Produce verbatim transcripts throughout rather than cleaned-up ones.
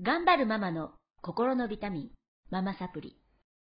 頑張るママの心のビタミン、ママサプリ。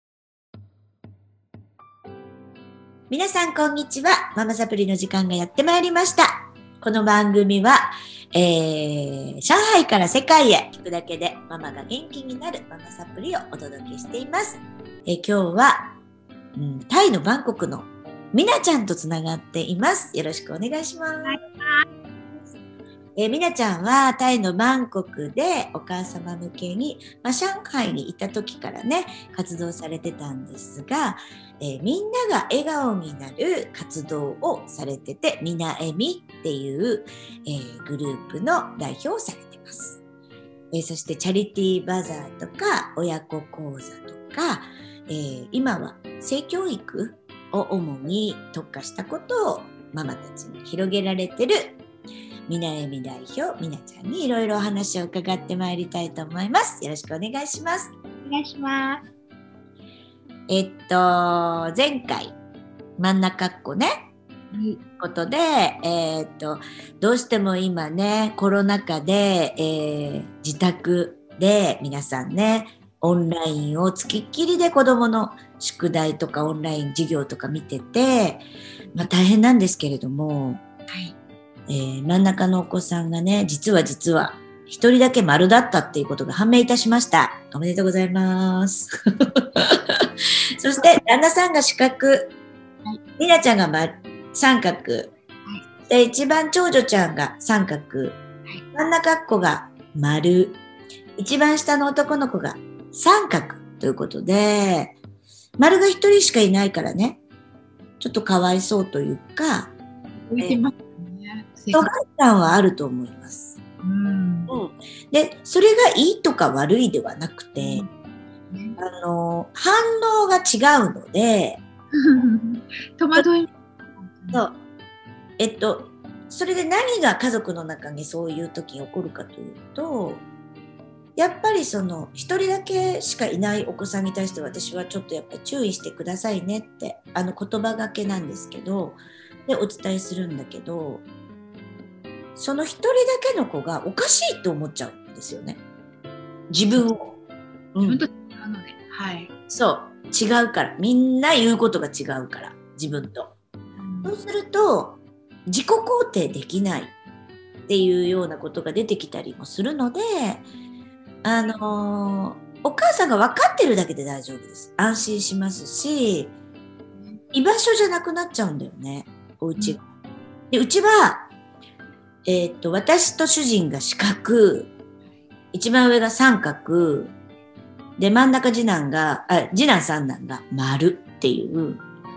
皆さんこんにちは。ママサプリの時間がやってまいりました。この番組は、えー、上海から世界へ聞くだけでママが元気になるママサプリをお届けしています。えー、今日は、うん、タイのバンコクのみなちゃんとつながっています。よろしくお願いします。はい、えー、みなちゃんはタイのバンコクでお母様向けに、まあ、上海にいた時からね活動されてたんですが、えー、みんなが笑顔になる活動をされてて、みなえみっていう、えー、グループの代表をされてます。えー、そしてチャリティーバザーとか親子講座とか、えー、今は性教育を主に特化したことをママたちに広げられてるみなえみ代表みなちゃんにいろいろお話を伺ってまいりたいと思います。よろしくお願いします。 お願いします。 えっと前回真ん中っこね、ということで、えー、っとどうしても今ねコロナ禍で、えー、自宅で皆さんねオンラインをつきっきりで子どもの宿題とかオンライン授業とか見てて、まあ、大変なんですけれども、はいえー、真ん中のお子さんがね実は実は一人だけ丸だったっていうことが判明いたしました。おめでとうございます。そして旦那さんが四角、はい、みなちゃんが、ま、三角、はい、で一番長女ちゃんが三角、はい、真ん中っ子が丸、一番下の男の子が三角ということで、丸が一人しかいないからねちょっとかわいそうというか浮いてますね。 疎外感はあると思います。うんうん、でそれがいいとか悪いではなくて、うん、あの反応が違うので戸惑いそうえっとそれで何が家族の中にそういう時に起こるかというと、やっぱりその一人だけしかいないお子さんに対して私はちょっとやっぱり注意してくださいねってあの言葉がけなんですけどでお伝えするんだけど、その一人だけの子がおかしいと思っちゃうんですよね、自分を。 自分と違うので、はい。 そう違うから、みんな言うことが違うから自分と、うん、そうすると自己肯定できないっていうようなことが出てきたりもするので、あのー、お母さんが分かってるだけで大丈夫です。安心しますし、居場所じゃなくなっちゃうんだよね、お家が。でうちは、えー、っと私と主人が四角、一番上が三角で真ん中次男があ次男三男が丸っていう、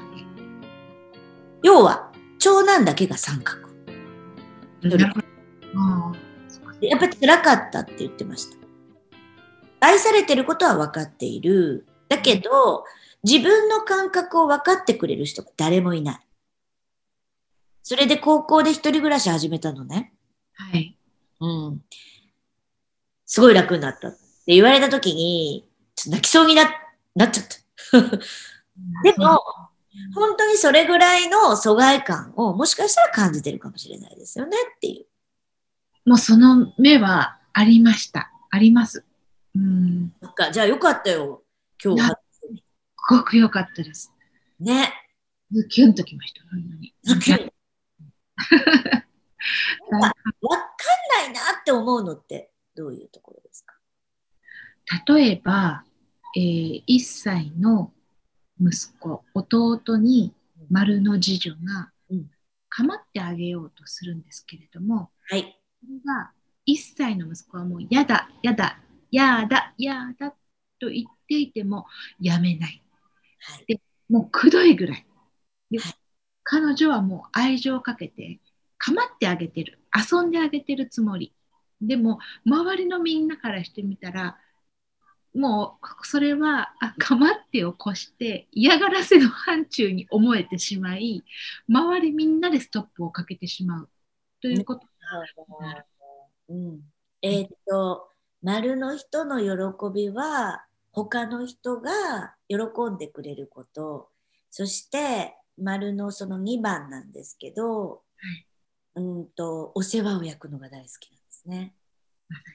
要は長男だけが三角。やっぱり辛かったって言ってました。愛されてることは分かっている。だけど自分の感覚を分かってくれる人が誰もいない。それで高校で一人暮らし始めたのね。 はい。 うん。すごい楽になったって言われた時にちょっと泣きそうに な, なっちゃった。でも本当にそれぐらいの疎外感をもしかしたら感じてるかもしれないですよねっていう。 もうその目はありました。あります。 うん。そっか、じゃあよかったよ。今日は。 すごく良かったです。 ね。 ズキュンときました。本当に。 ズキュン。わかんないなって思うのってどういうところですか？ 例えば、えー、いっさいの息子、弟に丸の次女が構ってあげようとするんですけれども、 はい、 それがいっさいの息子はもうやだ、やだ、やだ、やだと言っていてもやめない。はい、でもうくどいぐらい。で、はい、彼女はもう愛情をかけて構ってあげてる、遊んであげてるつもり。でも周りのみんなからしてみたら、もうそれはあ構ってを越して嫌がらせの範疇に思えてしまい、周りみんなでストップをかけてしまうということになる。 うん、えー、っと丸の人の喜びは他の人が喜んでくれること、そして丸のそのにばんなんですけど、はい、うんとお世話を焼くのが大好きなんですね。 まさにそうです。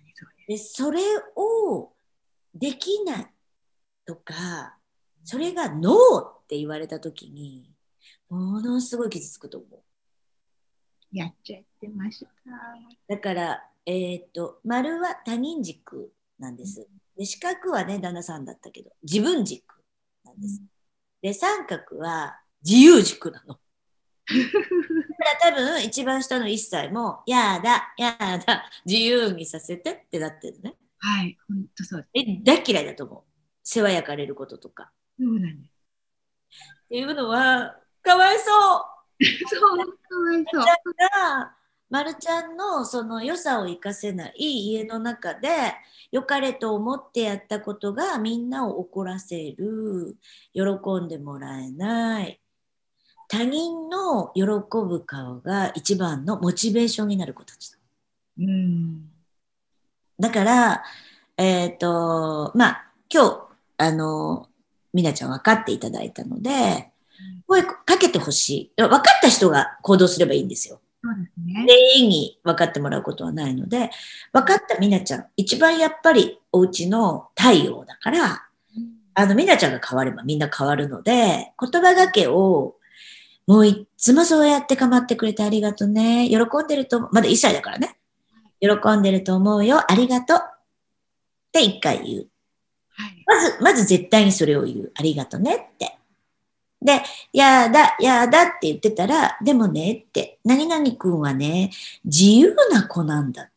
で、それをできないとか、それがノーって言われたときに、ものすごい傷つくと思う。 やっちゃってました。 だから、えっと、丸は他人軸なんです。で、四角はね、旦那さんだったけど、自分軸なんです。で、三角は自由軸なの。だから多分、一番下の一歳も、やだ、やだ、自由にさせてってなってるね。 はい、本当そうえ、大嫌いだと思う。世話焼かれることとか。 そうなんです。 っていうのは、かわいそう。 そう、かわいそう。 ちゃんが、まるちゃんのその良さを生かせない家の中で、良かれと思ってやったことがみんなを怒らせる、喜んでもらえない、他人の喜ぶ顔が一番のモチベーションになる子たちだ。 うん。 だから、えっと、まあ、今日、あの、みなちゃん分かっていただいたので、声かけてほしい。分かった人が行動すればいいんですよ。 そうですね。 全員に分かってもらうことはないので、分かったみなちゃん、一番やっぱりお家の太陽だから、あの、みなちゃんが変わればみんな変わるので、言葉がけを、もういつもそうやって構ってくれてありがとうね。喜んでると、まだいっさいだからね。喜んでると思うよ。ありがとう。って一回言う。 はい、 まず、まず絶対にそれを言う。ありがとねって。で、やだ、やだって言ってたら、でもねって、何々くんはね、自由な子なんだって。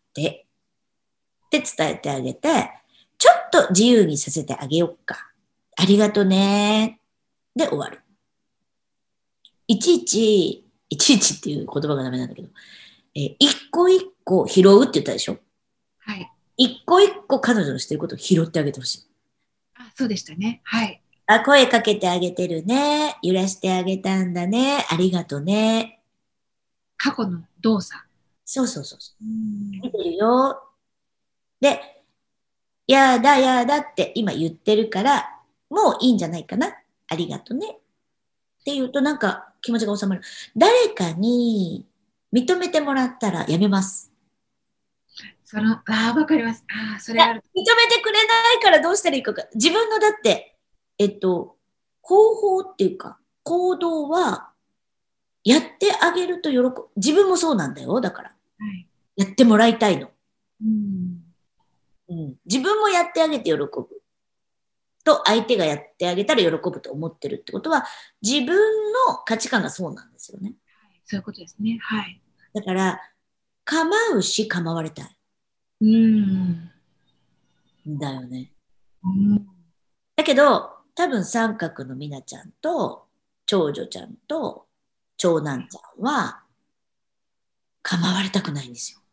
って伝えてあげて、ちょっと自由にさせてあげよっか。ありがとね。で終わる。いちいち、いちいちっていう言葉がダメなんだけど、えー、一個一個拾うって言ったでしょ。 はい。 一個一個彼女のしてることを拾ってあげてほしい。 あ、そうでしたね。はい。 あ、声かけてあげてるね。揺らしてあげたんだね。ありがとね。 過去の動作。 そうそうそうそう。 うん見てるよ。で、やだやだって今言ってるから、もういいんじゃないかな。ありがとね。って言うとなんか気持ちが収まる。誰かに認めてもらったらやめます。 その、ああ、わかります。ああ、それある。 認めてくれないからどうしたらいいかが。自分のだって、えっと、方法っていうか、行動はやってあげると喜ぶ。自分もそうなんだよ。だから。 はい、 やってもらいたいの。 うんうん、自分もやってあげて喜ぶ。と相手がやってあげたら喜ぶと思ってるってことは、自分の価値観がそうなんですよね。 そういうことですね。はい。 だから、構うし構われたい。 うん。 だよね。 うん、 だけど、多分三角のみなちゃんと、長女ちゃんと、長男ちゃんは、構われたくないんですよ。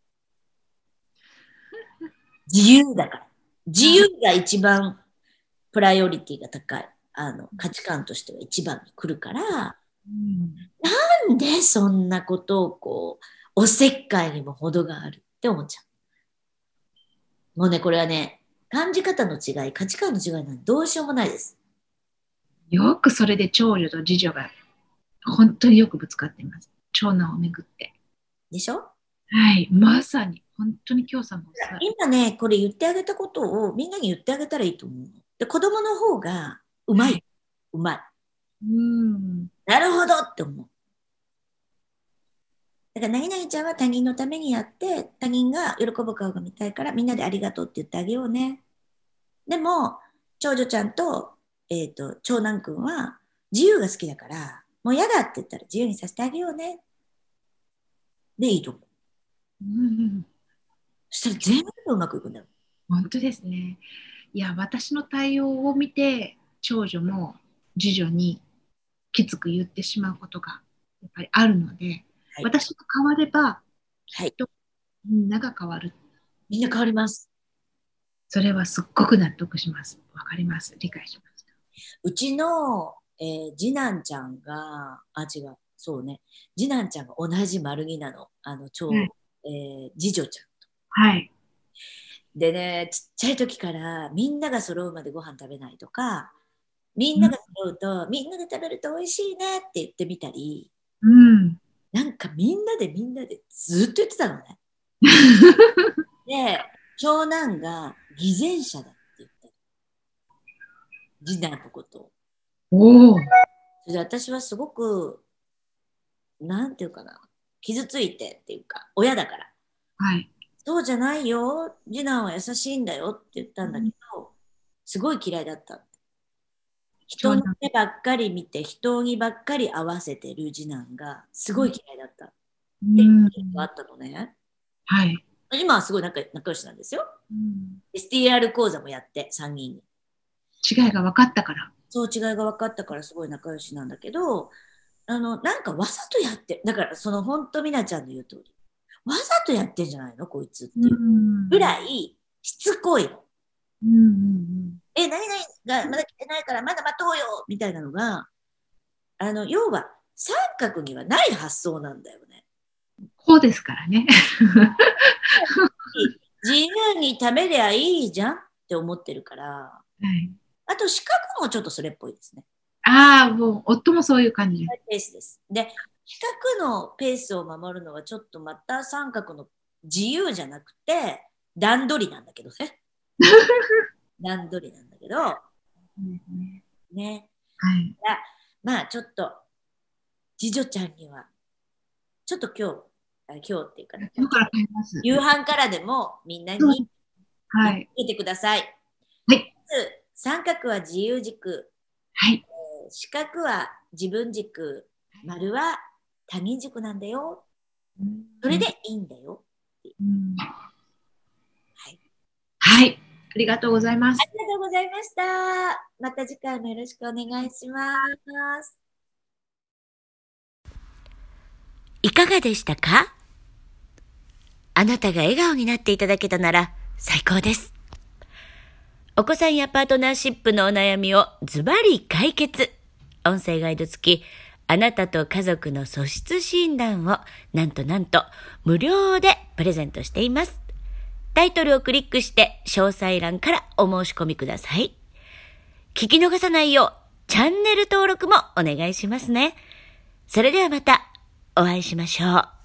自由だから。自由が一番プライオリティが高い。あの、価値観としては一番に来るから、 うん、 なんでそんなことをこう、おせっかいにも程があるって思っちゃう。もうね、これはね、感じ方の違い、価値観の違いなんてどうしようもないです。 よくそれで長女と次女が本当によくぶつかっています。長男をめぐって。 でしょ？ はい、まさに、本当に今日さんもさ、 今ね、これ言ってあげたことをみんなに言ってあげたらいいと思うの。で、子供の方がうまい。 はい、 うまい。 うん、 なるほどって思う。だから、何々ちゃんは他人のためにやって、他人が喜ぶ顔が見たいから、みんなでありがとうって言ってあげようね。でも、長女ちゃんと、えっと、長男くんは自由が好きだから、もう嫌だって言ったら自由にさせてあげようね。で、いいと思う。 うん、 そしたら全部うまくいくんだよ。 本当ですね。いや、私の対応を見て、長女も次女にきつく言ってしまうことがやっぱりあるので、 はい、 私が変われば、 はい、 みんなが変わる。 みんな変わります。 それはすっごく納得します。わかります。理解しました。 うちの、えー次男ちゃんが、あ、違う、そうね。次男ちゃんが同じ丸二なの。あの、超、 はいえー次女ちゃん。 はい。 でね、ちっちゃい時からみんなが揃うまでご飯食べないとか、みんうんなが揃うと、みんなで食べると美味しいねって言ってみたり、 うん。 なんかみんなでみんなでずっと言ってたのね。で、 長男が偽善者だって言った。次男のことを。 おお。 それで私はすごく、なんていうかな、傷ついてっていうか、親だから。 はい。 そうじゃないよ、次男は優しいんだよって言ったんだけど、すごい嫌いだった。人の手ばっかり見て、人にばっかり合わせてる次男がすごい嫌いだったっていうのがあったのね。 はい。 今はすごい仲仲良しなんですよ。 うん、 エスティーアール 講座もやってさんにんに。 違いが分かったから。 そう違いが分かったからすごい仲良しなんだけど、あのなんかわざとやって、だからその本当みなちゃんの言う通り、わざとやってんじゃないのこいつっていうぐらいしつこいの。 うんうんうん、 え、何々がまだ来てないからまだ待とうよみたいなのが、あの要は三角にはない発想なんだよね。 こうですからね。 自由に食べりゃいいじゃんって思ってるから、はい、あと資格もちょっとそれっぽいですね。 ああ、もう夫もそういう感じです。 ペースです。で、資格のペースを守るのはちょっとまた三角の自由じゃなくて段取りなんだけどね。段取りなんだけど、 ね。 ね。 はい。 まあちょっと次女ちゃんにはちょっと今日今日っていうか、ね、 今から買います。 夕飯からでもみんなにはい。 見てください。 はい。 三角は自由軸。 はい。 えー、四角は自分軸。丸は他人軸なんだよ。うん、それでいいんだよ。うん、はい。 はい。ありがとうございます。 ありがとうございました。また次回もよろしくお願いします。 いかがでしたか？あなたが笑顔になっていただけたなら最高です。お子さんやパートナーシップのお悩みをズバリ解決。音声ガイド付き、あなたと家族の素質診断をなんとなんと無料でプレゼントしています。タイトルをクリックして詳細欄からお申し込みください。聞き逃さないようチャンネル登録もお願いしますね。それではまたお会いしましょう。